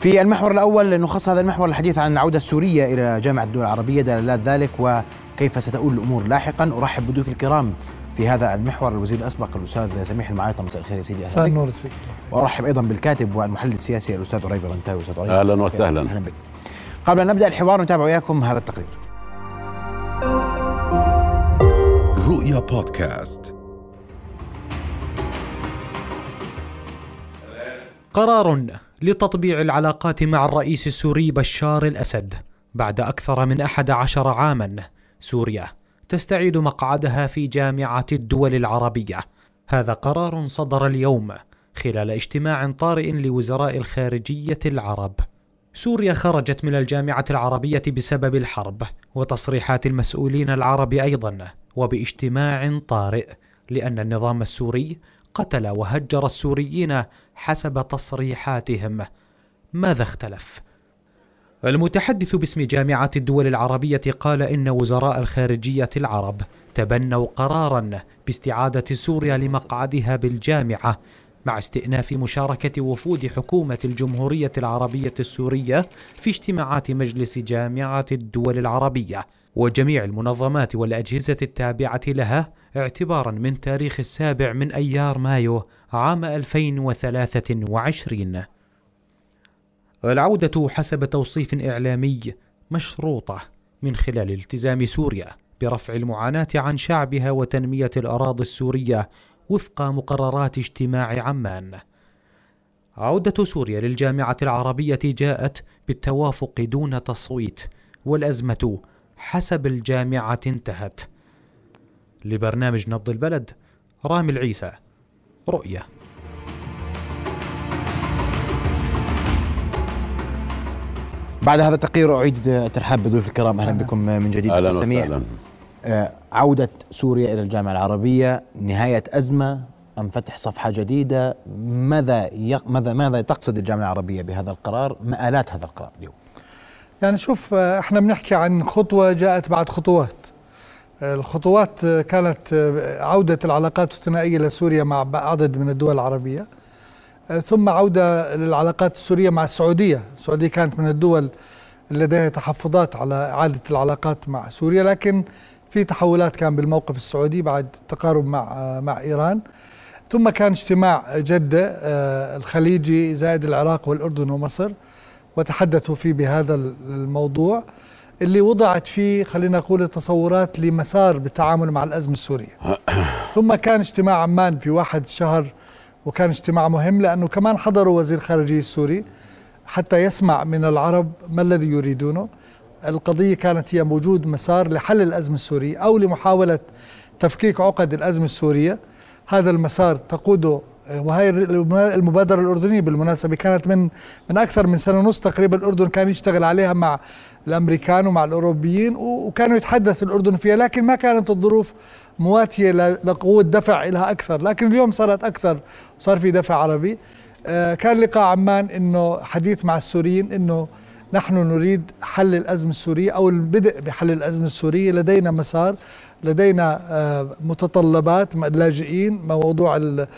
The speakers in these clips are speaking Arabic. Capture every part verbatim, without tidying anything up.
في المحور الأول نخص هذا المحور الحديث عن العودة السورية إلى جامعة الدول العربية، دلالات ذلك وكيف ستؤول الأمور لاحقا. أرحب بضيوف الكرام في هذا المحور الوزير الأسبق الأستاذ سميح المعايطة، مساء الخير يا سيدي. مساء النور. وأرحب أيضا بالكاتب والمحلل السياسي الأستاذ عريبي رنتاوي. أهلا وسهلا. أهلا بك. قبل أن نبدأ الحوار نتابع وياكم هذا التقرير. رؤيا بودكاست. قرار لتطبيع العلاقات مع الرئيس السوري بشار الأسد. بعد أكثر من أحد عشر عاما سوريا تستعيد مقعدها في جامعة الدول العربية. هذا قرار صدر اليوم خلال اجتماع طارئ لوزراء الخارجية العرب. سوريا خرجت من الجامعة العربية بسبب الحرب وتصريحات المسؤولين العرب أيضا، وباجتماع طارئ لأن النظام السوري قتل وهجر السوريين حسب تصريحاتهم. ماذا اختلف؟ المتحدث باسم جامعة الدول العربية قال إن وزراء الخارجية العرب تبنوا قرارا باستعادة سوريا لمقعدها بالجامعة مع استئناف مشاركة وفود حكومة الجمهورية العربية السورية في اجتماعات مجلس جامعة الدول العربية وجميع المنظمات والأجهزة التابعة لها اعتبارا من تاريخ السابع من أيار مايو عام ألفين وثلاثة وعشرين. العودة حسب توصيف إعلامي مشروطة من خلال التزام سوريا برفع المعاناة عن شعبها وتنمية الأراضي السورية وفق مقررات اجتماع عمان. عودة سوريا للجامعة العربية جاءت بالتوافق دون تصويت، والأزمة حسب الجامعة انتهت. لبرنامج نبض البلد، رامي العيسى، رؤية. بعد هذا التقرير أعيد الترحاب بضيوف الكرام. أهلا بكم من جديد. أهلا سميح. وسهلا. عودة سوريا إلى الجامعة العربية نهاية أزمة أم فتح صفحة جديدة؟ ماذا يق... ماذا ماذا تقصد الجامعة العربية بهذا القرار؟ مآلات هذا القرار اليوم؟ يعني شوف، احنا بنحكي عن خطوة جاءت بعد خطوات. الخطوات كانت عودة العلاقات الثنائية لسوريا مع عدد من الدول العربية، ثم عودة للعلاقات السورية مع السعودية. السعودية كانت من الدول اللي لديها تحفظات على إعادة العلاقات مع سوريا، لكن في تحولات كان بالموقف السعودي بعد التقارب مع مع إيران. ثم كان اجتماع جدة الخليجي زائد العراق والأردن ومصر، وتحدثوا فيه بهذا الموضوع اللي وضعت فيه خلينا نقول تصورات لمسار بالتعامل مع الأزمة السورية. ثم كان اجتماع عمان في واحد شهر، وكان اجتماع مهم لأنه كمان حضروا وزير الخارجية السوري حتى يسمع من العرب ما الذي يريدونه. القضية كانت هي وجود مسار لحل الأزمة السورية أو لمحاولة تفكيك عقد الأزمة السورية. هذا المسار تقوده، وهي المبادرة الأردنية بالمناسبة كانت من من أكثر من سنة ونص تقريبا. الأردن كان يشتغل عليها مع الأمريكان ومع الأوروبيين، وكانوا يتحدث الأردن فيها، لكن ما كانت الظروف مواتية لقوة دفع لها أكثر. لكن اليوم صارت أكثر، وصار في دفع عربي. كان لقاء عمان إنه حديث مع السوريين إنه نحن نريد حل الأزمة السورية أو البدء بحل الأزمة السورية. لدينا مسار، لدينا متطلبات اللاجئين، موضوع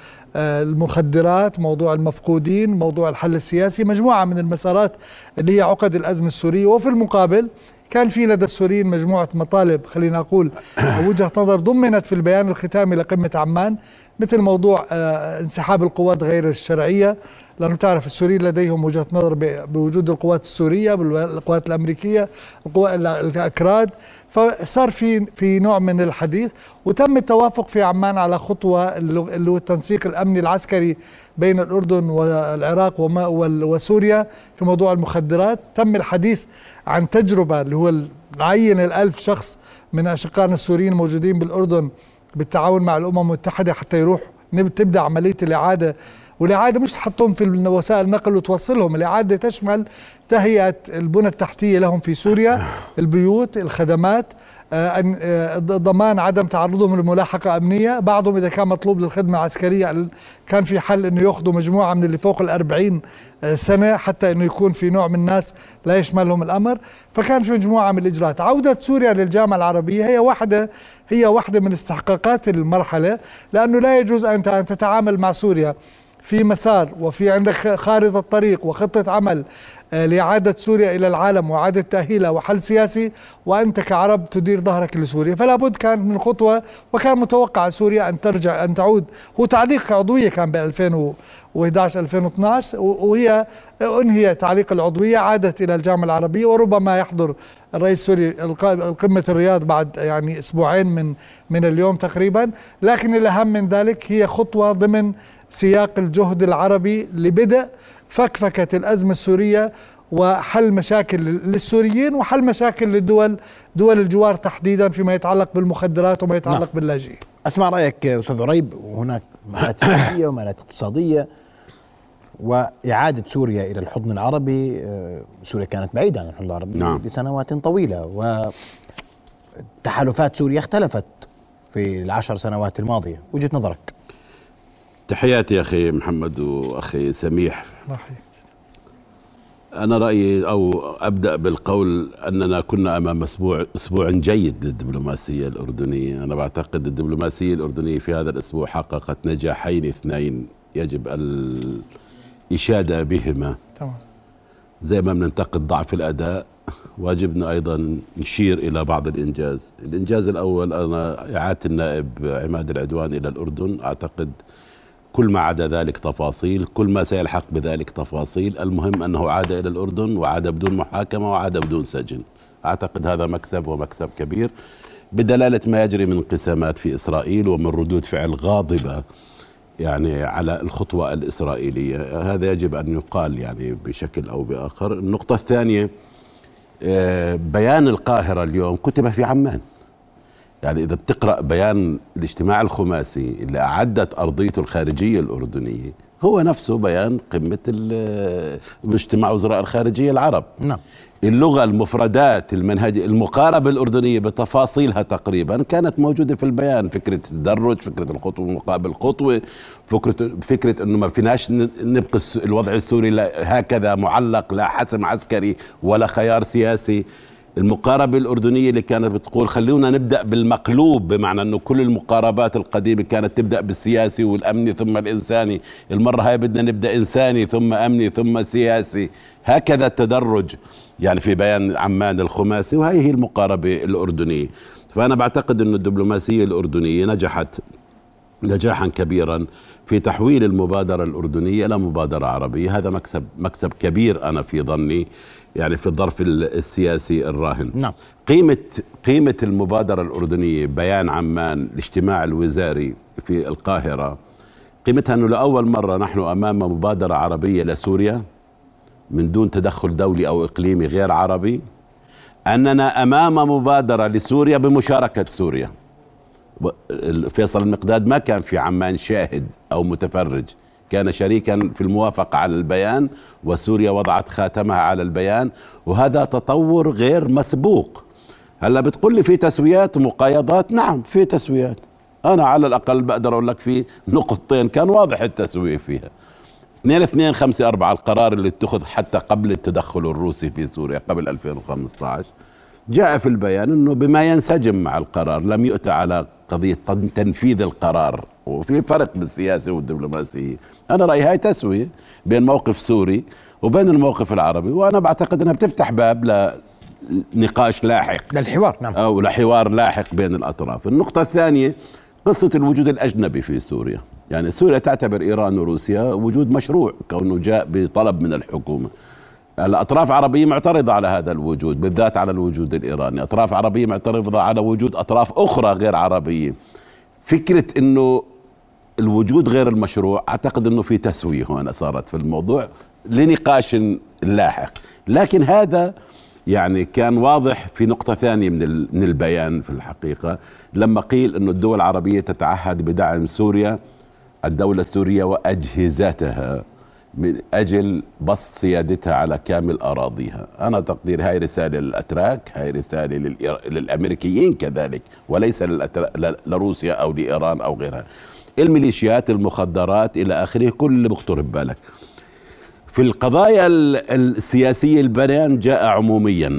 المخدرات، موضوع المفقودين، موضوع الحل السياسي، مجموعة من المسارات اللي هي عقد الأزمة السورية. وفي المقابل كان في لدى السوريين مجموعة مطالب خلينا نقول وجهة نظر ضمنت في البيان الختامي لقمة عمان، مثل موضوع انسحاب القوات غير الشرعية، لأنه تعرف السوريين لديهم وجهة نظر بوجود القوات السورية بالقوات الأمريكية، القوات الأكراد. فصار في في نوع من الحديث، وتم التوافق في عمان على خطوة اللي هو التنسيق الأمني العسكري بين الأردن والعراق وسوريا في موضوع المخدرات. تم الحديث عن تجربة اللي هو عين الألف شخص من أشقائنا السوريين الموجودين بالأردن بالتعاون مع الأمم المتحدة حتى يروح تبدأ عملية الإعادة. والإعادة مش تحطهم في وسائل النقل وتوصلهم، الإعادة تشمل تهيئة البنى التحتية لهم في سوريا، البيوت، الخدمات، ضمان عدم تعرضهم لملاحقة أمنية. بعضهم إذا كان مطلوب للخدمة العسكرية كان في حل أنه يأخذوا مجموعة من اللي فوق الأربعين سنة حتى أنه يكون في نوع من الناس لا يشملهم الأمر. فكان في مجموعة من الإجراءات. عودة سوريا للجامعة العربية هي واحدة هي واحدة من استحقاقات المرحلة، لأنه لا يجوز أن تتعامل مع سوريا في مسار وفي عندك خارطة طريق وخطة عمل لإعادة سوريا إلى العالم وإعادة تأهيلها وحل سياسي، وأنت كعرب تدير ظهرك لسوريا، فلا بد كانت من خطوة. وكان متوقع سوريا أن ترجع أن تعود. هو تعليق عضوية كان ب ألفين وإحدى عشر ألفين واثني عشر، وهي أنهي تعليق العضوية، عادت إلى الجامعة العربية، وربما يحضر الرئيس السوري قمة الرياض بعد يعني أسبوعين من من اليوم تقريبا. لكن الأهم من ذلك هي خطوة ضمن سياق الجهد العربي لبدء فكفكة الأزمة السورية وحل مشاكل للسوريين وحل مشاكل للدول دول الجوار تحديدا فيما يتعلق بالمخدرات وما يتعلق نعم. باللاجئين. أسمع رأيك أستاذ عريب. وهناك مهارات سياسية ومهارات اقتصادية وإعادة سوريا إلى الحضن العربي. سوريا كانت بعيدة عن الحضن العربي نعم. لسنوات طويلة، وتحالفات سوريا اختلفت في العشر سنوات الماضية. وجهة نظرك؟ تحياتي أخي محمد وأخي سميح. أنا رأيي أو أبدأ بالقول أننا كنا أمام أسبوع أسبوع جيد للدبلوماسية الأردنية. أنا بعتقد الدبلوماسية الأردنية في هذا الأسبوع حققت نجاحين اثنين يجب الإشادة بهما. طبعا. زي ما بننتقد ضعف الأداء، واجبنا أيضا نشير إلى بعض الإنجاز. الإنجاز الأول أنا إعادة النائب عماد العدوان إلى الأردن. أعتقد كل ما عدا ذلك تفاصيل، كل ما سيلحق بذلك تفاصيل. المهم أنه عاد إلى الأردن وعاد بدون محاكمة وعاد بدون سجن. أعتقد هذا مكسب ومكسب كبير بدلالة ما يجري من انقسامات في إسرائيل ومن ردود فعل غاضبة يعني على الخطوة الإسرائيلية. هذا يجب أن يقال يعني بشكل أو بآخر. النقطة الثانية، بيان القاهرة اليوم كتب في عمان. يعني إذا بتقرأ بيان الاجتماع الخماسي اللي أعدت أرضيته الخارجية الأردنية هو نفسه بيان قمة اجتماع وزراء الخارجية العرب. نعم. اللغة، المفردات، المنهج، المقاربة الأردنية بتفاصيلها تقريبا كانت موجودة في البيان. فكرة التدرج، فكرة الخطوة مقابل خطوة، فكرة فكرة إنه ما فيناش نبقى الوضع السوري هكذا معلق، لا حسم عسكري ولا خيار سياسي. المقاربة الأردنية اللي كانت بتقول خلونا نبدأ بالمقلوب، بمعنى أنه كل المقاربات القديمة كانت تبدأ بالسياسي والأمني ثم الإنساني، المرة هاي بدنا نبدأ إنساني ثم أمني ثم سياسي، هكذا التدرج يعني في بيان عمان الخماسي. وهي هي المقاربة الأردنية. فأنا بعتقد أن الدبلوماسية الأردنية نجحت نجاحا كبيرا في تحويل المبادرة الأردنية إلى مبادرة عربية. هذا مكسب مكسب كبير أنا في ظني يعني في الظرف السياسي الراهن. نعم. قيمة قيمة المبادرة الأردنية، بيان عمان، الاجتماع الوزاري في القاهرة، قيمتها أنه لأول مرة نحن أمام مبادرة عربية لسوريا من دون تدخل دولي أو إقليمي غير عربي، أننا أمام مبادرة لسوريا بمشاركة سوريا. فيصل المقداد ما كان في عمان شاهد أو متفرج، كان شريكا في الموافقة على البيان، وسوريا وضعت خاتمها على البيان، وهذا تطور غير مسبوق. هلا بتقول لي في تسويات ومقايضات؟ نعم في تسويات. أنا على الأقل بقدر أقول لك في نقطتين كان واضح التسوية فيها. اثنين اثنين خمسة أربعة القرار اللي اتخذ حتى قبل التدخل الروسي في سوريا قبل ألفين وخمسة عشر، جاء في البيان أنه بما ينسجم مع القرار، لم يؤتى على قضية تنفيذ القرار. وفي فرق بالسياسة والدبلوماسية. أنا رأيي هاي تسوية بين موقف سوري وبين الموقف العربي، وأنا بعتقد أنها بتفتح باب لنقاش لاحق للحوار. نعم. أو لحوار لاحق بين الأطراف. النقطة الثانية قصة الوجود الأجنبي في سوريا. يعني سوريا تعتبر إيران وروسيا وجود مشروع كونه جاء بطلب من الحكومة. الأطراف عربية معترضة على هذا الوجود، بالذات على الوجود الإيراني. أطراف عربية معترضة على وجود أطراف أخرى غير عربية. فكرة أنه الوجود غير المشروع، أعتقد أنه في تسوية هنا صارت في الموضوع لنقاش لاحق. لكن هذا يعني كان واضح في نقطة ثانية من من البيان في الحقيقة، لما قيل أنه الدول العربية تتعهد بدعم سوريا، الدولة السورية وأجهزتها، من أجل بسط سيادتها على كامل أراضيها. أنا تقدير هاي رسالة للأتراك، هاي رسالة للأمريكيين كذلك، وليس لروسيا أو لإيران أو غيرها. الميليشيات، المخدرات إلى آخره، كل اللي بخطر ببالك. في القضايا السياسية البيان جاء عموميا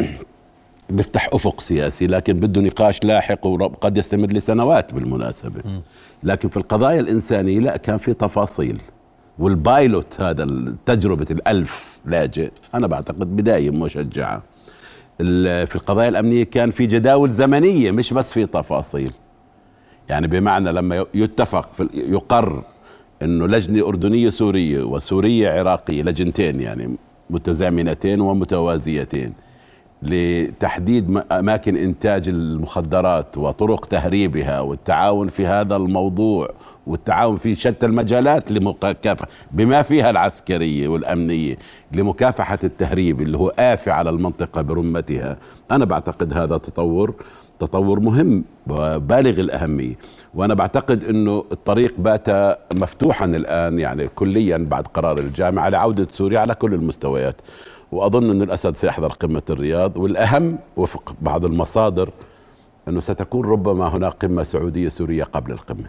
بيفتح أفق سياسي، لكن بده نقاش لاحق وقد يستمر لسنوات بالمناسبة. لكن في القضايا الإنسانية لا، كان في تفاصيل والبايلوت هذا تجربة الألف لاجئ أنا بعتقد بداية مشجعة. في القضايا الأمنية كان في جداول زمنية مش بس في تفاصيل، يعني بمعنى لما يتفق في يقر إنه لجنة أردنية سورية وسورية عراقية، لجنتين يعني متزامنتين ومتوازيتين، لتحديد أماكن إنتاج المخدرات وطرق تهريبها والتعاون في هذا الموضوع والتعاون في شتى المجالات لمكافحة بما فيها العسكرية والأمنية لمكافحة التهريب اللي هو آفة على المنطقة برمتها. أنا بعتقد هذا تطور تطور مهم وبالغ الأهمية، وأنا بعتقد أنه الطريق بات مفتوحا الآن يعني كليا بعد قرار الجامعة لعودة سوريا على كل المستويات. وأظن أن الأسد سيحضر قمة الرياض، والأهم وفق بعض المصادر أنه ستكون ربما هناك قمة سعودية سورية قبل القمة.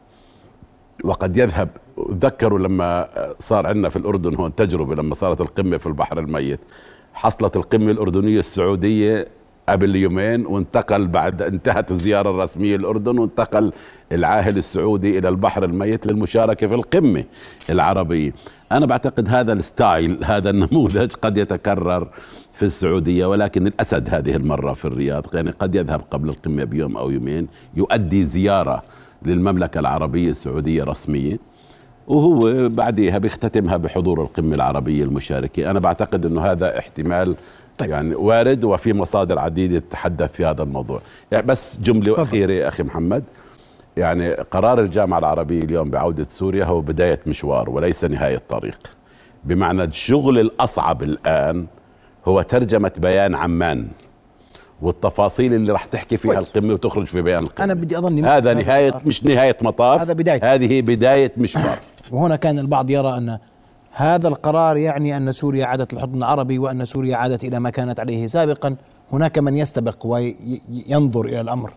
وقد يذهب، تذكروا لما صار عندنا في الأردن هون تجربة لما صارت القمة في البحر الميت، حصلت القمة الأردنية السعودية قبل يومين وانتقل بعد انتهت الزيارة الرسمية للأردن وانتقل العاهل السعودي إلى البحر الميت للمشاركة في القمة العربية. أنا بعتقد هذا الستايل هذا النموذج قد يتكرر في السعودية، ولكن الأسد هذه المرة في الرياض يعني قد يذهب قبل القمة بيوم أو يومين يؤدي زيارة للمملكة العربية السعودية رسمية، وهو بعدها بيختتمها بحضور القمة العربية المشاركة. أنا بعتقد أنه هذا احتمال طيب. يعني وارد، وفي مصادر عديدة تتحدث في هذا الموضوع. يعني بس جملة طبعا. أخيرة أخي محمد، يعني قرار الجامعة العربية اليوم بعودة سوريا هو بداية مشوار وليس نهاية طريق، بمعنى الشغل الأصعب الآن هو ترجمة بيان عمان والتفاصيل اللي راح تحكي فيها كويس. القمة وتخرج في بيان القمة. أنا بدي أظن هذا نهاية مش نهاية مطاف، هذا بداية. هذه بداية مشوار. وهنا كان البعض يرى أن هذا القرار يعني أن سوريا عادت للحضن العربي وأن سوريا عادت إلى ما كانت عليه سابقا. هناك من يستبق وينظر إلى الأمر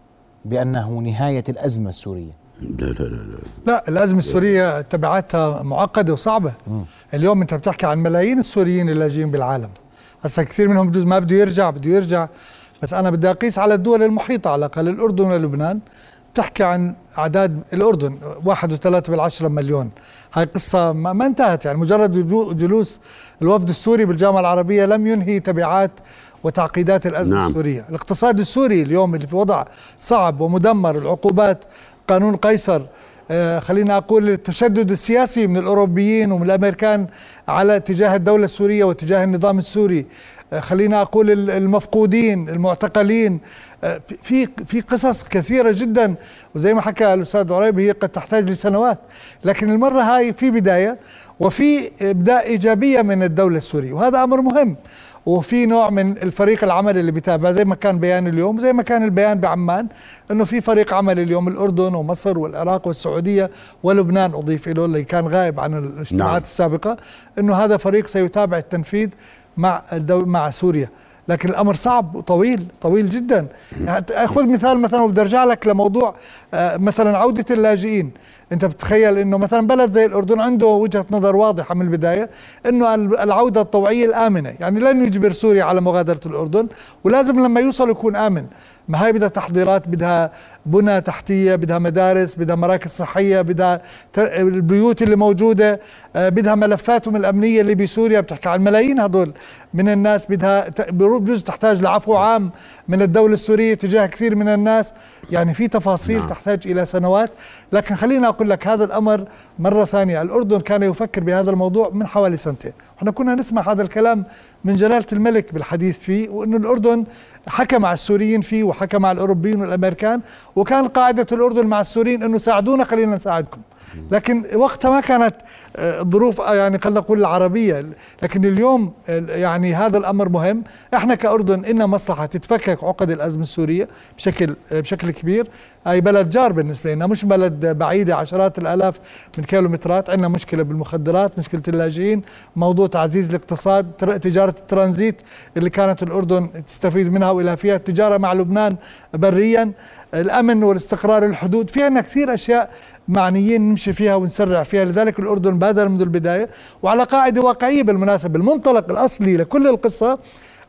بأنه نهاية الأزمة السورية. لا لا لا لا, لا الأزمة السورية تبعاتها معقدة وصعبة. م. اليوم أنت بتحكي عن ملايين السوريين اللاجئين بالعالم، هسا كثير منهم بجوز ما بده يرجع بده يرجع بس أنا بدي أقيس على الدول المحيطة على الأقل الأردن ولبنان. بتحكي عن أعداد الأردن واحد وثلاثة بالعشرة مليون، هاي قصة ما انتهت. يعني مجرد جلوس الوفد السوري بالجامعة العربية لم ينهي تبعات وتعقيدات الأزمة نعم. السورية. الاقتصاد السوري اليوم اللي في وضع صعب ومدمر، العقوبات، قانون قيصر، آه خلينا أقول التشدد السياسي من الأوروبيين ومن الأمريكان على تجاه الدولة السورية وتجاه النظام السوري، آه خلينا أقول المفقودين، المعتقلين، آه في في قصص كثيرة جدا. وزي ما حكى الأستاذ عريبي هي قد تحتاج لسنوات، لكن المرة هاي في بداية وفي إبداء إيجابية من الدولة السورية، وهذا أمر مهم. وفي نوع من الفريق العمل اللي بيتابع زي ما كان بيان اليوم، زي ما كان البيان بعمان انه في فريق عمل اليوم الأردن ومصر والعراق والسعودية ولبنان اضيف له اللي كان غائب عن الاجتماعات نعم. السابقة، انه هذا فريق سيتابع التنفيذ مع مع سوريا. لكن الامر صعب وطويل طويل جدا. اخذ مثال مثلا، وبدي ارجع لك لموضوع مثلا عودة اللاجئين. انت بتخيل انه مثلا بلد زي الاردن عنده وجهة نظر واضحة من البداية انه العودة الطوعية الآمنة، يعني لن يجبر سوريا على مغادرة الاردن، ولازم لما يوصل يكون آمن. ما هي بدها تحضيرات، بدها بنى تحتية، بدها مدارس، بدها مراكز صحية، بدها البيوت اللي موجودة، بدها ملفاتهم الأمنية اللي بسوريا، بتحكي عن ملايين هذول من الناس، بدها بجوز تحتاج لعفو عام من الدولة السورية تجاه كثير من الناس. يعني في تفاصيل نعم. تحتاج إلى سنوات. لكن خلينا أقول لك هذا الأمر مرة ثانية، الأردن كان يفكر بهذا الموضوع من حوالي سنتين، احنا كنا نسمع هذا الكلام من جلالة الملك بالحديث فيه، وأنه الأردن حكى مع السوريين فيه وحكى مع الأوروبيين والأمريكان، وكان قاعدة الأردن مع السوريين أنه ساعدونا خلينا نساعدكم. لكن وقتها ما كانت الظروف يعني خلينا نقول العربية. لكن اليوم يعني هذا الأمر مهم. احنا كأردن إننا مصلحة تتفكك عقد الأزمة السورية بشكل بشكل كبير. أي بلد جار بالنسبة لنا، مش بلد بعيدة عشرات الآلاف من كيلومترات. عندنا مشكلة بالمخدرات، مشكلة اللاجئين، موضوع تعزيز الاقتصاد، تجارة الترانزيت اللي كانت الأردن تستفيد منها وإلى فيها التجارة مع لبنان بريا، الأمن والاستقرار الحدود. في عندنا كثير أشياء معنيين نمشي فيها ونسرع فيها. لذلك الأردن بادر منذ البداية وعلى قاعدة واقعية بالمناسبة. المنطلق الأصلي لكل القصة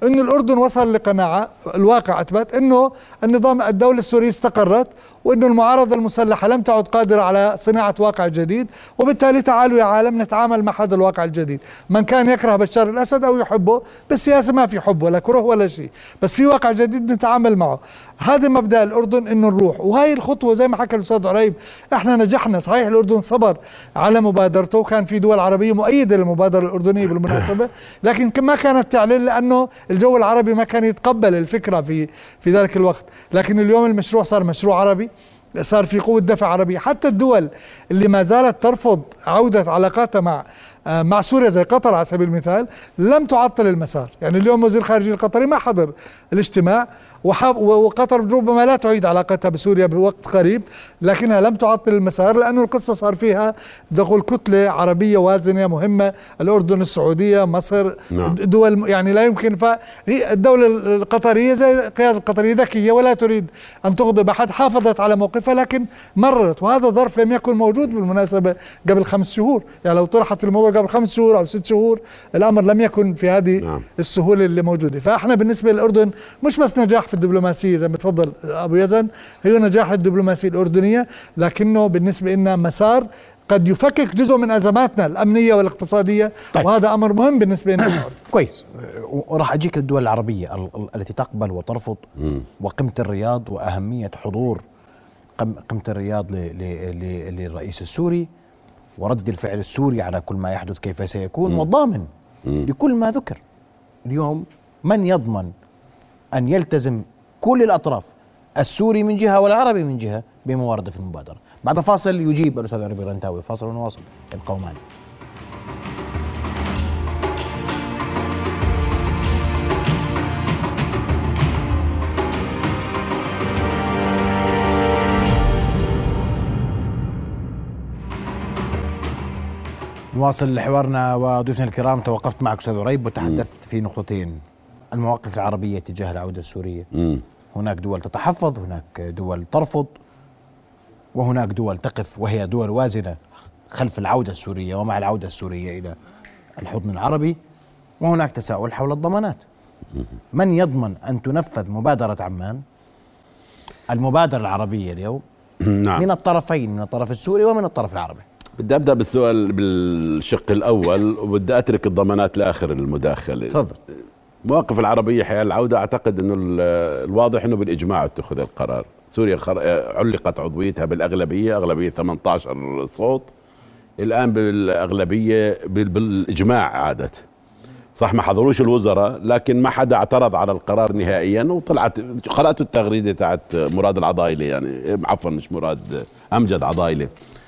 أنه الأردن وصل لقناعة، الواقع أثبت أنه النظام الدولة السورية استقرت، وأنه المعارضة المسلحة لم تعد قادرة على صناعة واقع جديد، وبالتالي تعالوا يا عالم نتعامل مع هذا الواقع الجديد. من كان يكره بشار الأسد أو يحبه، بالسياسة ما في حب ولا كره ولا شيء، بس في واقع جديد نتعامل معه. هذا مبدأ الأردن أنه نروح، وهي الخطوة زي ما حكى الأستاذ عريب احنا نجحنا. صحيح الأردن صبر على مبادرته، وكان في دول عربية مؤيدة للمبادرة الأردنية بالمناسبة، لكن ما كانت تعلن لأنه الجو العربي ما كان يتقبل الفكرة في في ذلك الوقت. لكن اليوم المشروع صار مشروع عربي، صار في قوة دفع عربية. حتى الدول اللي ما زالت ترفض عودة علاقاتها مع مع سوريا زي قطر على سبيل المثال لم تعطل المسار. يعني اليوم وزير الخارجية القطري ما حضر الاجتماع، وقطر ربما لا تعيد علاقتها بسوريا بوقت قريب، لكنها لم تعطل المسار لأنه القصة صار فيها دخول كتلة عربية وازنة مهمة، الأردن، السعودية، مصر، نعم. دول يعني لا يمكن. فهي الدولة القطرية زي القيادة القطرية ذكية ولا تريد أن تغضب أحد، حافظت على موقفها لكن مررت. وهذا ظرف لم يكن موجود بالمناسبة قبل خمس شهور. يعني لو طرحت الموضوع قبل خمس شهور أو ست شهور الأمر لم يكن في هذه نعم. السهولة اللي موجودة. فإحنا بالنسبة للأردن مش بس نجاح في الدبلوماسية زي ما تفضل أبو يزن، هي نجاح الدبلوماسية الأردنية، لكنه بالنسبة لنا مسار قد يفكك جزء من أزماتنا الأمنية والاقتصادية. طيب. وهذا أمر مهم بالنسبة لنا. كويس، وراح أجيك للدول العربية التي تقبل وترفض، وقيمة الرياض وأهمية حضور قيمة الرياض للرئيس السوري، ورد الفعل السوري على كل ما يحدث كيف سيكون، وضامن لكل ما ذكر. اليوم من يضمن أن يلتزم كل الأطراف، السوري من جهة والعربي من جهة، بما ورد في المبادرة؟ بعد فاصل يجيب الأستاذ عربي الرنتاوي. فاصل ونواصل. ابقوا معنا. نواصل حوارنا وضيوفنا الكرام. توقفت معك أستاذ عريب وتحدثت في نقطتين: المواقف العربية تجاه العودة السورية. م. هناك دول تتحفظ، هناك دول ترفض، وهناك دول تقف وهي دول وازنة خلف العودة السورية ومع العودة السورية إلى الحضن العربي، وهناك تساؤل حول الضمانات. من يضمن أن تنفذ مبادرة عمان، المبادرة العربية اليوم، نعم. من الطرفين، من الطرف السوري ومن الطرف العربي؟ بدي أبدأ بالسؤال بالشق الأول، وبدي أترك الضمانات لآخر المداخلة. تفضل. مواقف العربية حيال العودة، أعتقد أنه الواضح أنه بالإجماع اتخذ القرار. سوريا علقت عضويتها بالأغلبية، أغلبية ثمانية عشر صوت، الآن بالأغلبية بالإجماع عادت. صح ما حضروش الوزراء، لكن ما حدا اعترض على القرار نهائيا. وطلعت قرأت التغريدة تاعت مراد العضايلة، يعني عفوا مش مراد، أمجد عضايلة،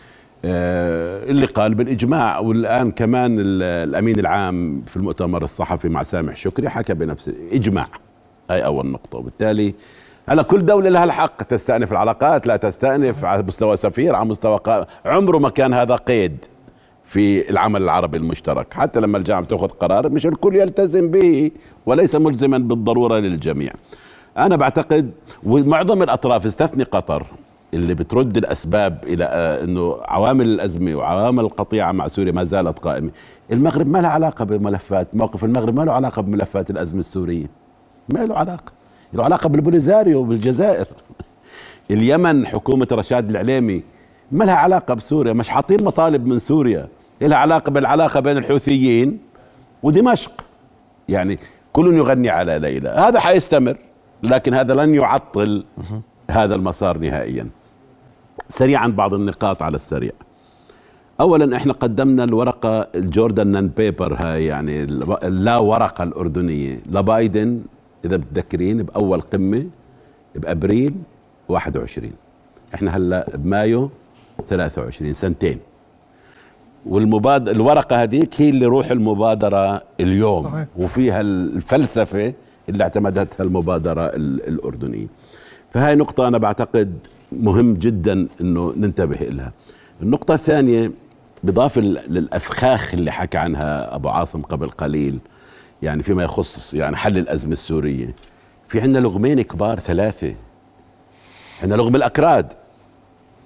اللي قال بالإجماع. والآن كمان الأمين العام في المؤتمر الصحفي مع سامح شكري حكى بنفس إجماع. هاي أول نقطة. وبالتالي على كل دولة لها الحق تستأنف العلاقات، لا تستأنف على مستوى سفير، على مستوى قا... عمره ما كان هذا قيد في العمل العربي المشترك. حتى لما الجامعة تأخذ قرار مش الكل يلتزم به، وليس ملزما بالضرورة للجميع. أنا بعتقد ومعظم الأطراف استثني قطر اللي بترد الأسباب إلى أنه عوامل الأزمة وعوامل القطيعة مع سوريا ما زالت قائمة. المغرب ما له علاقة بملفات، موقف المغرب ما له علاقة بملفات الأزمة السورية، ما له علاقة، له علاقة بالبوليزاريو وبالجزائر. اليمن حكومة رشاد العليمي ما لها علاقة بسوريا، مش حاطين مطالب من سوريا، لها علاقة بالعلاقة بين الحوثيين ودمشق. يعني كل يغني على ليلى. هذا حيستمر، لكن هذا لن يعطل هذا المسار نهائيا. سريعا بعض النقاط على السريع. اولا احنا قدمنا الورقه الجوردن نان بيبر، هاي يعني اللا ورقه الاردنيه لبايدن اذا بتذكرين، باول قمه بابريل واحد وعشرين، احنا هلا بمايو ثلاثة وعشرين، سنتين. والمبادرة الورقه هذيك هي اللي روح المبادره اليوم. صحيح. وفيها الفلسفه اللي اعتمدتها المبادره الاردنيه. فهاي نقطة أنا بعتقد مهم جدا أنه ننتبه لها. النقطة الثانية، بإضافة للأفخاخ اللي حكى عنها أبو عاصم قبل قليل، يعني فيما يخص يعني حل الأزمة السورية، في عندنا لغمين كبار ثلاثة. عندنا لغم الأكراد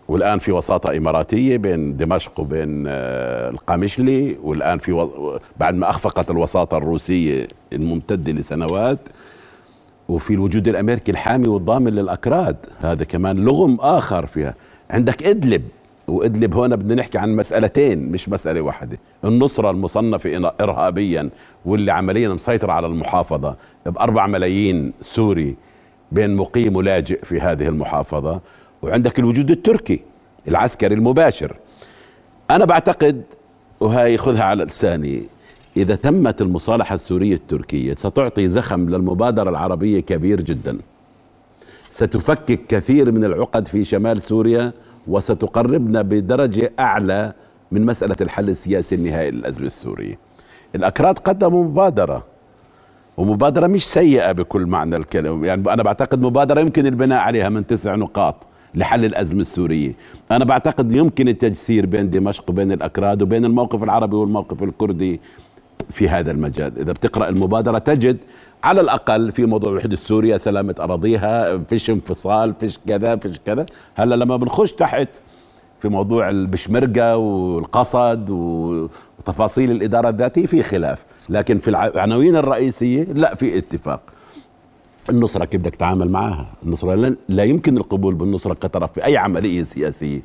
والآن في وساطة إماراتية بين دمشق وبين القامشلي، والآن في و... بعد ما أخفقت الوساطة الروسية الممتدة لسنوات، وفي الوجود الأمريكي الحامي والضامن للأكراد، هذا كمان لغم آخر فيها. عندك إدلب، وإدلب هنا بدنا نحكي عن مسألتين مش مسألة واحدة. النصرة المصنفة إرهابيا واللي عمليا مسيطر على المحافظة بأربع ملايين سوري بين مقيم ولاجئ في هذه المحافظة، وعندك الوجود التركي العسكري المباشر. أنا بعتقد، وهي خذها على لساني، إذا تمت المصالحة السورية التركية ستعطي زخم للمبادرة العربية كبير جدا، ستفكك كثير من العقد في شمال سوريا، وستقربنا بدرجة أعلى من مسألة الحل السياسي النهائي للأزمة السورية. الأكراد قدموا مبادرة، ومبادرة مش سيئة بكل معنى الكلمة، يعني أنا بعتقد مبادرة يمكن البناء عليها من تسع نقاط لحل الأزمة السورية. أنا بعتقد يمكن التجسير بين دمشق وبين الأكراد وبين الموقف العربي والموقف الكردي في هذا المجال. إذا بتقرأ المبادرة تجد على الأقل في موضوع وحدة سوريا، سلامة أراضيها، فيش انفصال، فيش كذا فيش كذا. هلا لما بنخش تحت في موضوع البشمركة والقصد وتفاصيل الإدارة الذاتية في خلاف، لكن في العناوين الرئيسية لا، في اتفاق. النصرة كيف بدك تتعامل معها؟ النصرة لا يمكن القبول بالنصرة كطرف في أي عملية سياسية.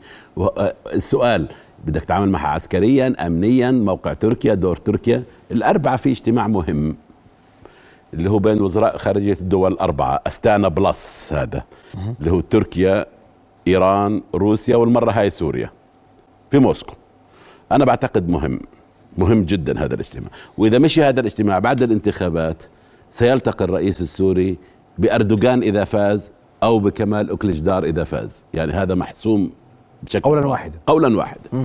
السؤال بدك تتعامل معها عسكريا، أمنيا، موقع تركيا، دور تركيا. الأربعة في اجتماع مهم اللي هو بين وزراء خارجية الدول الأربعة، أستانا بلس، هذا اللي هو تركيا، إيران، روسيا، والمرة هاي سوريا في موسكو. أنا بعتقد مهم مهم جدا هذا الاجتماع. وإذا مشي هذا الاجتماع بعد الانتخابات سيلتقي الرئيس السوري بأردوغان إذا فاز أو بكمال أوكليجدار إذا فاز، يعني هذا محسوم بشكل قولا واحدا قولا واحدا.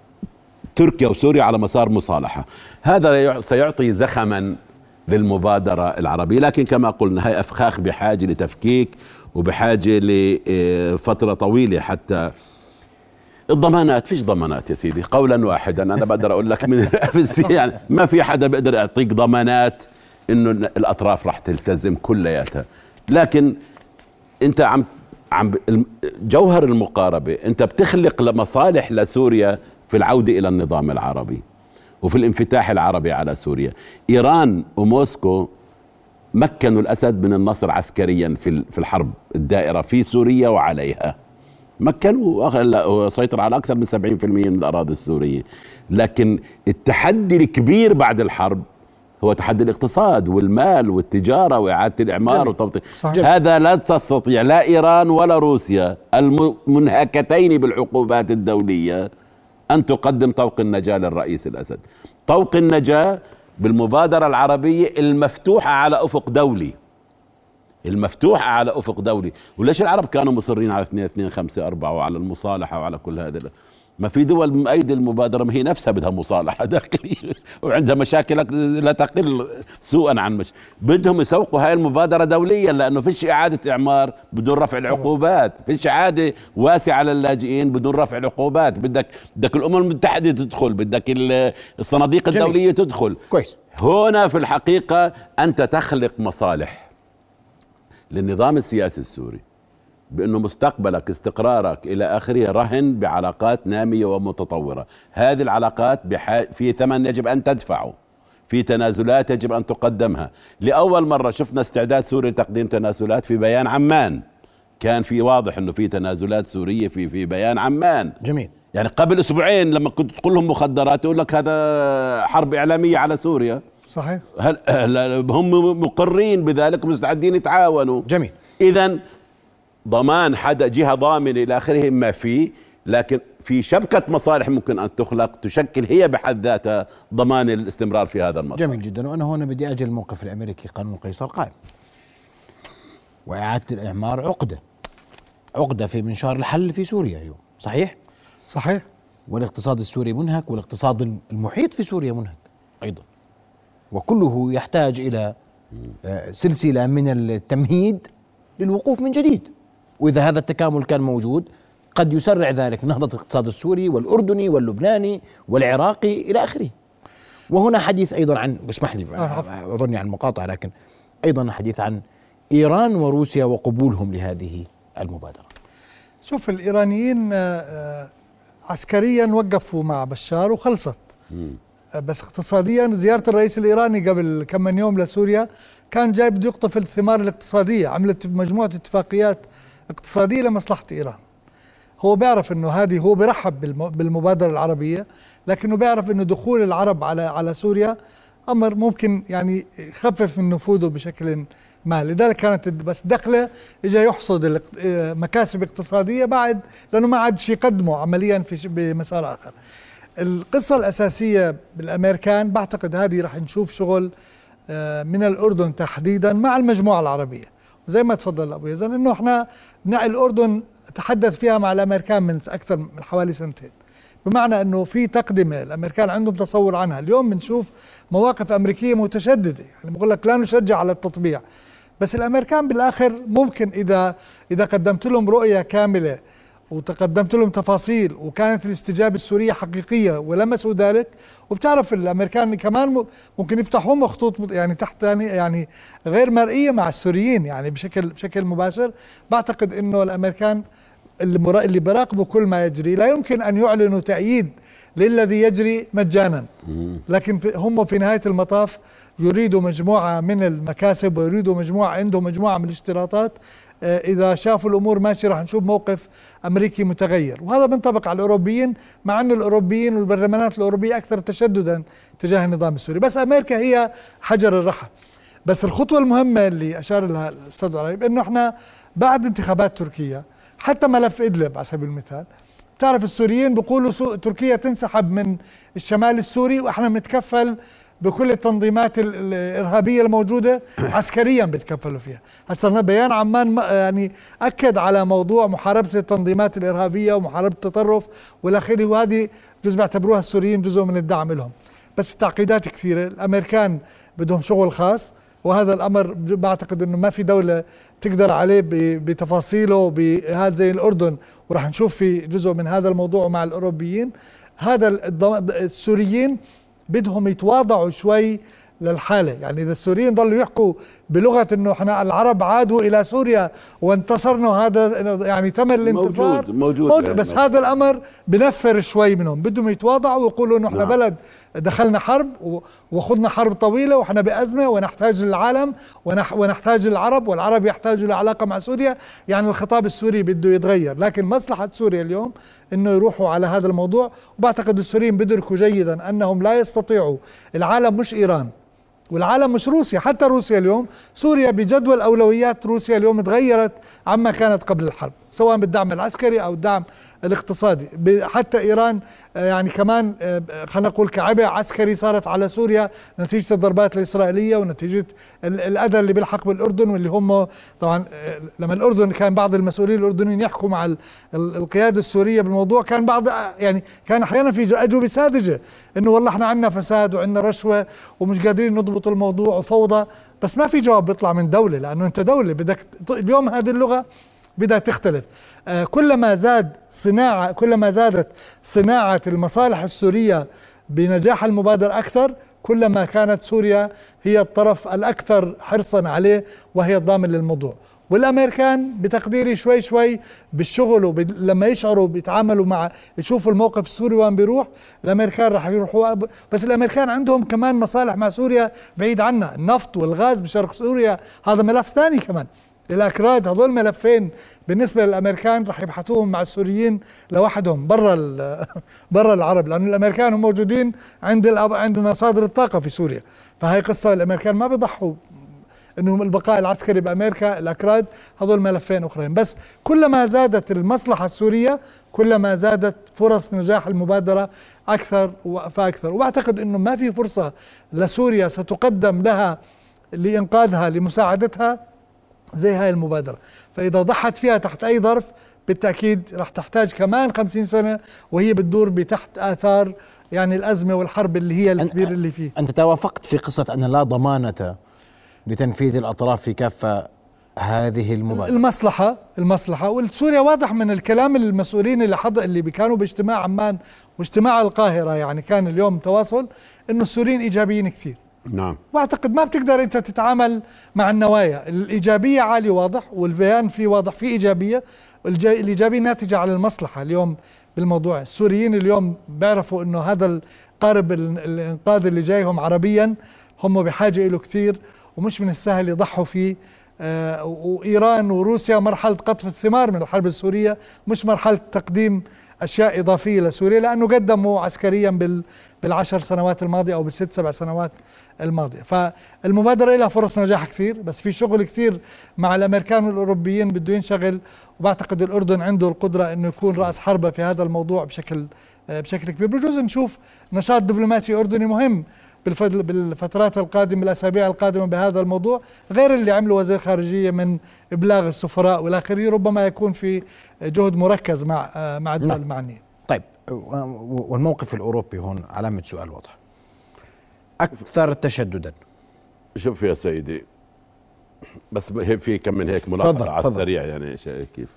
تركيا وسوريا على مسار مصالحة. هذا سيعطي زخما للمبادرة العربية، لكن كما قلنا هاي أفخاخ بحاجة لتفكيك وبحاجة لفترة طويلة. حتى الضمانات، فيش ضمانات يا سيدي، قولا واحدا أنا بقدر أقول لك من يعني ما في حدا بيقدر يعطيك ضمانات إنه الأطراف راح تلتزم كلياتها. لكن أنت عم عم جوهر المقاربة، أنت بتخلق مصالح لسوريا في العودة إلى النظام العربي وفي الانفتاح العربي على سوريا. إيران وموسكو مكنوا الأسد من النصر عسكريا في في الحرب الدائرة في سوريا وعليها، مكنوا وسيطر على أكثر من سبعين بالمئة من الأراضي السورية. لكن التحدي الكبير بعد الحرب هو تحدي الاقتصاد والمال والتجارة وإعادة الإعمار وتوطين. هذا لا تستطيع لا إيران ولا روسيا المنهكتين بالعقوبات الدولية أن تقدم طوق النجاة للرئيس الأسد. طوق النجاة بالمبادرة العربية المفتوحة على أفق دولي، المفتوحة على أفق دولي. وليش العرب كانوا مصرين على اثنين اثنين خمسة أربعة وعلى المصالحة وعلى كل هذا؟ ما في دول مؤيدة المبادرة ما هي نفسها بدها مصالحة داخلية وعندها مشاكل لا تقل سوءا عن مش بدهم يسوقوا هاي المبادرة دوليا، لأنه فيش إعادة إعمار بدون رفع العقوبات، فيش إعادة واسعة للاجئين بدون رفع العقوبات. بدك بدك الأمم المتحدة تدخل، بدك الصناديق جميل. الدولية تدخل. كويس. هنا في الحقيقة أنت تخلق مصالح للنظام السياسي السوري بأنه مستقبلك استقرارك إلى آخره رهن بعلاقات نامية ومتطورة. هذه العلاقات بحا... في ثمن يجب أن تدفعه، في تنازلات يجب أن تقدمها. لأول مرة شفنا استعداد سوري لتقديم تنازلات في بيان عمان، كان في واضح أنه في تنازلات سورية في في بيان عمان. جميل. يعني قبل أسبوعين لما كنت تقول لهم مخدرات يقول لك هذا حرب إعلامية على سوريا. صحيح. هل هم مقرين بذلك ومستعدين يتعاونوا. جميل. إذن ضمان حدا جهة ضامنة إلى آخره ما فيه، لكن في شبكة مصالح ممكن أن تخلق تشكل هي بحد ذاتها ضمان الاستمرار في هذا المطار. جميل جدا. وأنا هنا بدي أجل الموقف الأمريكي. قانون قيصر قائم وإعادة الإعمار عقدة عقدة في منشار الحل في سوريا اليوم. صحيح؟ صحيح. والاقتصاد السوري منهك، والاقتصاد المحيط في سوريا منهك أيضا، وكله يحتاج إلى سلسلة من التمهيد للوقوف من جديد. وإذا هذا التكامل كان موجود قد يسرع ذلك نهضة الاقتصاد السوري والأردني واللبناني والعراقي إلى آخره. وهنا حديث أيضا عن، اسمح لي أظني عن مقاطعة، لكن أيضا حديث عن إيران وروسيا وقبولهم لهذه المبادرة. شوف الإيرانيين عسكريا وقفوا مع بشار وخلصت، بس اقتصاديا زيارة الرئيس الإيراني قبل كم من يوم لسوريا كان جاي بده يقطف الثمار الاقتصادية، عملت مجموعة اتفاقيات اقتصادية لمصلحة إيران. هو بيعرف انه هذه، هو بيرحب بالمبادرة العربية، لكنه بيعرف انه دخول العرب على على سوريا امر ممكن يعني يخفف من نفوذه بشكل ما، لذلك كانت بس دخله اجى يحصد مكاسب اقتصادية بعد، لانه ما عاد شيء يقدمه عمليا في بمسار اخر. القصة الاساسية بالامريكان بعتقد هذه راح نشوف شغل من الاردن تحديدا مع المجموعة العربية، وزي ما تفضل ابو يزن انه احنا مع الاردن تحدث فيها مع الامريكان من اكثر من حوالي سنتين، بمعنى انه في تقدمه الامريكان عندهم تصور عنها. اليوم بنشوف مواقف امريكيه متشدده، يعني بقول لك لا نشجع على التطبيع، بس الامريكان بالاخر ممكن اذا اذا قدمت لهم رؤيه كامله وتقدمت لهم تفاصيل وكانت الاستجابه السوريه حقيقيه ولمسوا ذلك، وبتعرف الامريكان كمان ممكن يفتحوا هم خطوط يعني تحت يعني غير مرئيه مع السوريين يعني بشكل بشكل مباشر. بعتقد انه الامريكان اللي بيراقبوا كل ما يجري لا يمكن ان يعلنوا تأييد للذي يجري مجانا، لكن هم في نهاية المطاف يريدوا مجموعة من المكاسب ويريدوا مجموعة عندهم مجموعة من الاشتراطات. إذا شافوا الأمور ماشية راح نشوف موقف أمريكي متغير، وهذا بينطبق على الأوروبيين، مع أن الأوروبيين والبرلمانات الأوروبية أكثر تشددا تجاه النظام السوري، بس أمريكا هي حجر الرحى. بس الخطوة المهمة اللي أشار لها الأستاذ علي إنه إحنا بعد انتخابات تركيا حتى ملف إدلب على سبيل المثال، تعرف السوريين بيقولوا تركيا تنسحب من الشمال السوري واحنا بنتكفل بكل التنظيمات الإرهابية الموجودة عسكريا بتكفلوا فيها. هسه بيان عمان يعني أكد على موضوع محاربة التنظيمات الإرهابية ومحاربة التطرف والآخره، وهذه جزء بيعتبروها السوريين جزء من الدعم لهم. بس التعقيدات كثيرة، الأمريكان بدهم شغل خاص، وهذا الأمر بعتقد أنه ما في دولة تقدر عليه بتفاصيله بهذا زي الأردن، وراح نشوف في جزء من هذا الموضوع مع الأوروبيين. هذا السوريين بدهم يتواضعوا شوي للحالة، يعني إذا السوريين ضلوا يحكوا بلغة إنه إحنا العرب عادوا إلى سوريا وانتصرنا، هذا يعني ثمن الانتصار موجود, موجود, موجود بس يعني هذا الأمر بنفر شوي منهم، بدهم يتواضعوا ويقولوا إنه إحنا نعم. بلد دخلنا حرب وخذنا حرب طويلة وإحنا بأزمة ونحتاج للعالم ونحتاج للعرب والعرب يحتاجوا لعلاقة مع سوريا. يعني الخطاب السوري بده يتغير، لكن مصلحة سوريا اليوم إنه يروحوا على هذا الموضوع. وبعتقد السوريين بدركوا جيدا أنهم لا يستطيعوا، العالم مش إيران والعالم مش روسيا، حتى روسيا اليوم، سوريا بجدول أولويات روسيا اليوم تغيرت عما كانت قبل الحرب، سواء بالدعم العسكري أو الدعم الاقتصادي. حتى إيران يعني كمان خلينا نقول كعبء عسكري صارت على سوريا نتيجة الضربات الإسرائيلية ونتيجة الأذى اللي بيلحق بالأردن، واللي هم طبعا لما الأردن كان بعض المسؤولين الأردنيين يحكوا مع القيادة السورية بالموضوع، كان بعض يعني كان أحيانا في أجوبة ساذجة إنه والله إحنا عندنا فساد وعندنا رشوة ومش قادرين نضبط الموضوع وفوضى، بس ما في جواب بيطلع من دولة، لأنه أنت دولة بدك اليوم هذه اللغة بدها تختلف. آه كلما زاد صناعة كلما زادت صناعة المصالح السورية بنجاح المبادرة أكثر، كلما كانت سوريا هي الطرف الأكثر حرصا عليه وهي الضامن للموضوع. والأمريكان بتقديري شوي شوي بالشغل ولما يشعروا بيتعاملوا مع يشوفوا الموقف السوري وين بيروح، الأمريكان راح يروحوا. بس الأمريكان عندهم كمان مصالح مع سوريا بعيد عنا، النفط والغاز بشرق سوريا هذا ملف ثاني كمان. الأكراد هذول ملفين بالنسبة للأمريكان راح يبحثوهم مع السوريين لوحدهم برا برا العرب، لأن الأمريكان هم موجودين عند عند مصادر الطاقة في سوريا. فهي قصة الأمريكان ما بيضحوا انه البقاء العسكري بامريكا، الاكراد هذول ملفين اخرين. بس كلما زادت المصلحه السوريه كلما زادت فرص نجاح المبادره اكثر فاكثر. واعتقد انه ما في فرصه لسوريا ستقدم لها لانقاذها لمساعدتها زي هاي المبادره، فاذا ضحت فيها تحت اي ظرف بالتاكيد راح تحتاج كمان خمسين سنه وهي بتدور بتحت اثار يعني الازمه والحرب اللي هي الكبيره اللي فيه. انت توافقت في قصه ان لا ضمانه لتنفيذ الأطراف في كافة هذه المبادرة. المصلحة المصلحة والسوريا واضح من الكلام المسؤولين اللي حضر اللي كانوا باجتماع عمان واجتماع القاهرة، يعني كان اليوم تواصل إنه السوريين إيجابيين كثير، نعم. واعتقد ما بتقدر انت تتعامل مع النوايا. الايجابيه عالي واضح، والبيان فيه واضح فيه ايجابيه، الايجابيه ناتجه على المصلحه. اليوم بالموضوع السوريين اليوم بيعرفوا انه هذا القارب الانقاذ اللي جايهم عربيا هم بحاجه له كثير، ومش من السهل يضحوا فيه. آه وايران وروسيا مرحله قطف الثمار من الحرب السوريه، مش مرحله تقديم اشياء اضافيه لسوريا، لانه قدموا عسكريا بال بالعشر سنوات الماضيه او بالست سبع سنوات الماضيه. فالمبادره لها فرص نجاح كثير، بس في شغل كثير مع الامريكان والاوروبيين بده ينشغل، وبعتقد الاردن عنده القدره انه يكون راس حربه في هذا الموضوع بشكل بشكل كبير. بجوز نشوف نشاط دبلوماسي اردني مهم بالفترات القادمه، الاسابيع القادمه بهذا الموضوع، غير اللي عمله وزير الخارجيه من ابلاغ السفراء والاخرين. ربما يكون في جهد مركز مع مع الدول المعنيه. طيب، والموقف الاوروبي هون علامه سؤال واضح، اكثر تشددا. شوف يا سيدي، بس في كم من هيك ملاحظه على السريع يعني كيف.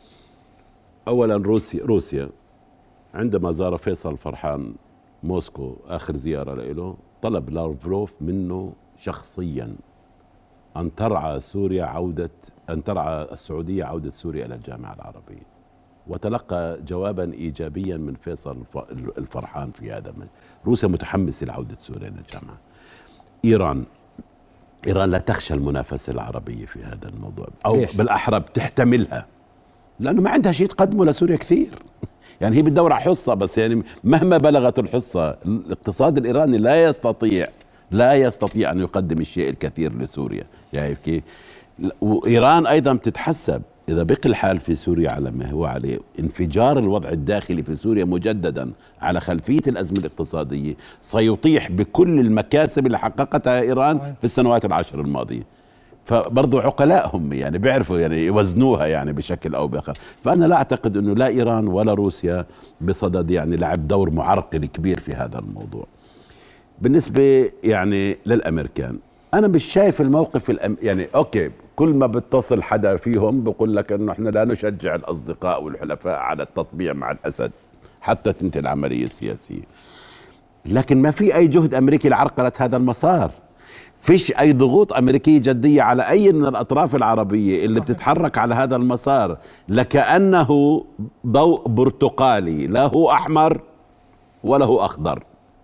اولا روسيا روسيا عندما زار فيصل فرحان موسكو آخر زيارة له، طلب لافروف منه شخصيا أن ترعى سوريا عودة أن ترعى السعودية عودة سوريا إلى الجامعة العربية، وتلقى جوابا إيجابيا من فيصل الفرحان في هذا المجال. روسيا متحمسة لعودة سوريا إلى الجامعة. إيران إيران لا تخشى المنافسة العربية في هذا الموضوع، أو ليش؟ بالأحرى بتحتملها، لأنه ما عندها شيء تقدمه لسوريا كثير. يعني هي بتدور على حصة بس، يعني مهما بلغت الحصة الاقتصاد الإيراني لا يستطيع لا يستطيع أن يقدم الشيء الكثير لسوريا. يعني كيف؟ وإيران أيضا بتتحسب إذا بقي الحال في سوريا على ما هو عليه، انفجار الوضع الداخلي في سوريا مجددا على خلفية الأزمة الاقتصادية سيطيح بكل المكاسب اللي حققتها إيران في السنوات العشر الماضية. فبرضو عقلاء هم يعني بيعرفوا يعني يوزنوها يعني بشكل أو بآخر. فأنا لا أعتقد أنه لا إيران ولا روسيا بصدد يعني لعب دور معرقل كبير في هذا الموضوع. بالنسبة يعني للأمريكان، أنا مش شايف الموقف الأم... يعني أوكي، كل ما بتصل حدا فيهم بقول لك أنه إحنا لا نشجع الأصدقاء والحلفاء على التطبيع مع الأسد حتى تنتهي العملية السياسية، لكن ما في أي جهد أمريكي لعرقلة هذا المسار. فيش أي ضغوط أمريكية جدية على أي من الأطراف العربية اللي بتتحرك على هذا المسار، لكأنه ضوء برتقالي لا هو أحمر ولا هو أخضر.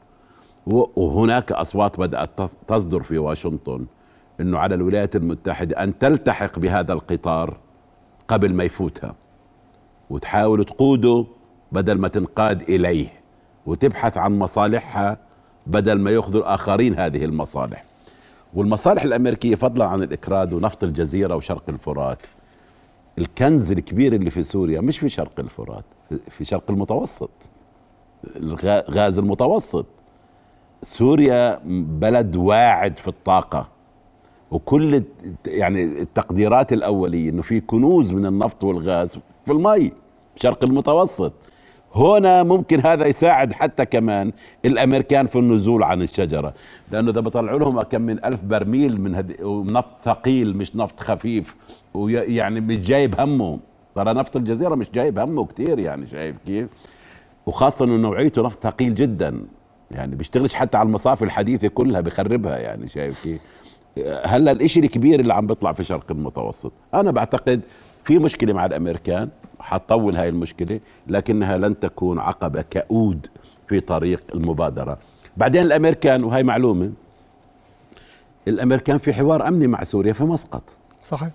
وهناك أصوات بدأت تصدر في واشنطن أنه على الولايات المتحدة أن تلتحق بهذا القطار قبل ما يفوتها، وتحاول تقوده بدل ما تنقاد إليه، وتبحث عن مصالحها بدل ما يأخذوا الآخرين هذه المصالح. والمصالح الأمريكية فضلا عن الإكراد ونفط الجزيرة وشرق الفرات، الكنز الكبير اللي في سوريا مش في شرق الفرات، في شرق المتوسط، الغاز المتوسط. سوريا بلد واعد في الطاقة، وكل يعني التقديرات الأولية إنه في كنوز من النفط والغاز في المي شرق المتوسط. هنا ممكن هذا يساعد حتى كمان الامريكان في النزول عن الشجره، لانه اذا بطلعوا لهم كم من الف برميل من هد... نفط ثقيل مش نفط خفيف، ويعني مش جايب همه. ترى نفط الجزيره مش جايب همه كتير، يعني شايف كيف؟ وخاصه انه نوعيته نفط ثقيل جدا، يعني بيشتغلش حتى على المصافي الحديثه كلها بخربها، يعني شايف كيف؟ هلا الاشي الكبير اللي عم بيطلع في شرق المتوسط، انا بعتقد في مشكله مع الامريكان حتطول هاي المشكلة، لكنها لن تكون عقبة كؤود في طريق المبادرة. بعدين الأمريكان، وهي معلومة، الأمريكان في حوار أمني مع سوريا في مسقط. صحيح.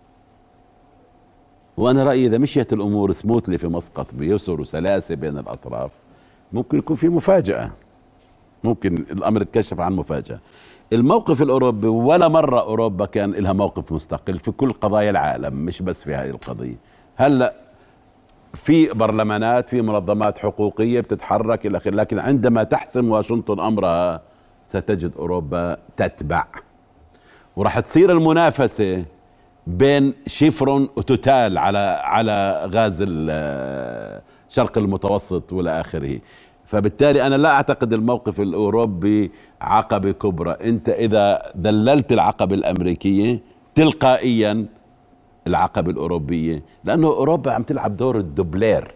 وأنا رأيي إذا مشيت الأمور سموثلي في مسقط بيسر وسلاسة بين الأطراف، ممكن يكون في مفاجأة، ممكن الأمر يتكشف عن مفاجأة. الموقف الأوروبي ولا مرة أوروبا كان لها موقف مستقل في كل قضايا العالم، مش بس في هذه القضية. هلأ في برلمانات، في منظمات حقوقية بتتحرك إلى آخره، لكن عندما تحسم واشنطن أمرها ستجد أوروبا تتبع، وراح تصير المنافسة بين شيفرون وتوتال على على غاز الشرق المتوسط والى آخره. فبالتالي أنا لا أعتقد الموقف الأوروبي عقبة كبرى. أنت إذا دللت العقبة الأمريكية تلقائيا العقبة الأوروبية، لأنه أوروبا عم تلعب دور الدوبلير،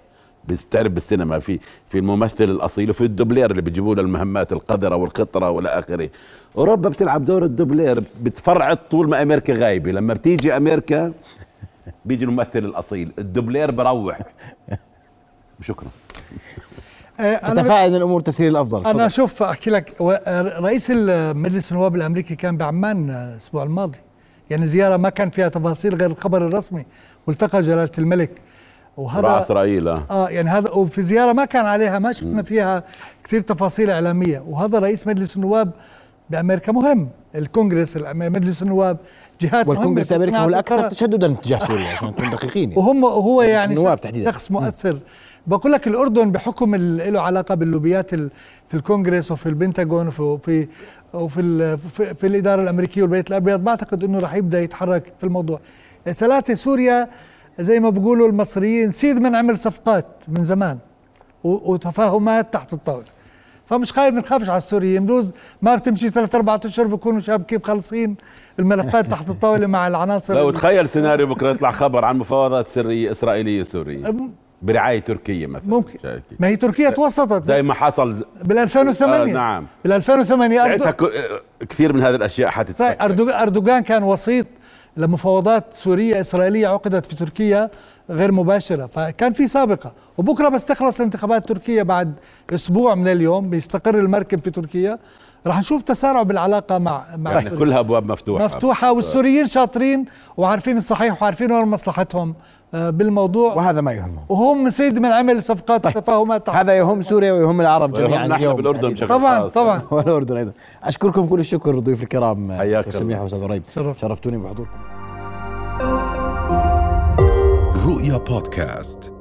بتعرف بالسينما في في الممثل الاصيل وفي الدوبلير اللي بيجيبوا له المهمات القذره والخطره والى اخره. اوروبا بتلعب دور الدوبلير، بتفرعت طول ما امريكا غايبه، لما بتيجي امريكا بيجي الممثل الاصيل، الدوبلير بروح. شكرا. اتفائل ان الامور تسير الافضل. انا شوف احكي لك، رئيس مجلس النواب الامريكي كان بعمان الاسبوع الماضي، يعني زياره ما كان فيها تفاصيل غير الخبر الرسمي، والتقى جلاله الملك وهذا اسرائيل اه يعني هذا، وفي زياره ما كان عليها، ما شفنا فيها كثير تفاصيل اعلاميه. وهذا رئيس مجلس النواب بامريكا مهم، الكونغرس، مجلس النواب، جهات مهمه. والكونغرس الامريكي هو الاكثر تشددا تجاه سوريا عشان نكون دقيقين يعني. وهم هو يعني شخص مؤثر. بقول لك الأردن بحكم له علاقة باللوبيات في الكونغرس وفي البنتاغون وفي وفي في, في الإدارة الأمريكية والبيت الأبيض، بعتقد إنه راح يبدأ يتحرك في الموضوع. ثلاثة، سوريا زي ما بيقولوا المصريين سيد من عمل صفقات من زمان وتفاهمات تحت الطاولة، فمش خايف، ما نخافش على السوريين. بجوز ما بتمشي ثلاث أربعة أشهر بيكونوا شابكين خالصين الملفات تحت الطاولة مع العناصر. لو تخيل سيناريو بكرة يطلع خبر عن مفاوضات سرية إسرائيلية سورية برعاية تركيا مثلا. ممكن شاكي. ما هي تركيا توسطت زي ما حصل بال ألفين وثمانية. آه نعم، بال ألفين وثمانية ساعتها كثير من هذه الأشياء حتتفكر. أردوغان كان وسيط لمفاوضات سورية إسرائيلية عقدت في تركيا غير مباشرة، فكان في سابقة. وبكرة بس تخلص انتخابات تركيا، بعد أسبوع من اليوم بيستقر المركب في تركيا، راح نشوف تسارع بالعلاقة مع مع يعني كلها أبواب مفتوحة مفتوحة، والسوريين شاطرين وعارفين الصحيح وعارفين وين مصلحتهم بالموضوع، وهذا ما يهمهم، وهم سيد من عمل صفقات وتفاهمات. هذا يهم سوريا ويهم العرب جميعا اليوم بالأردن بشكل طبعا خاص. طبعا والأردن أيضا. أشكركم كل الشكر ضيوف الكرام، حياك سميح وأستاذ غريب، شرف. شرفتوني بحضوركم. رؤيا بودكاست.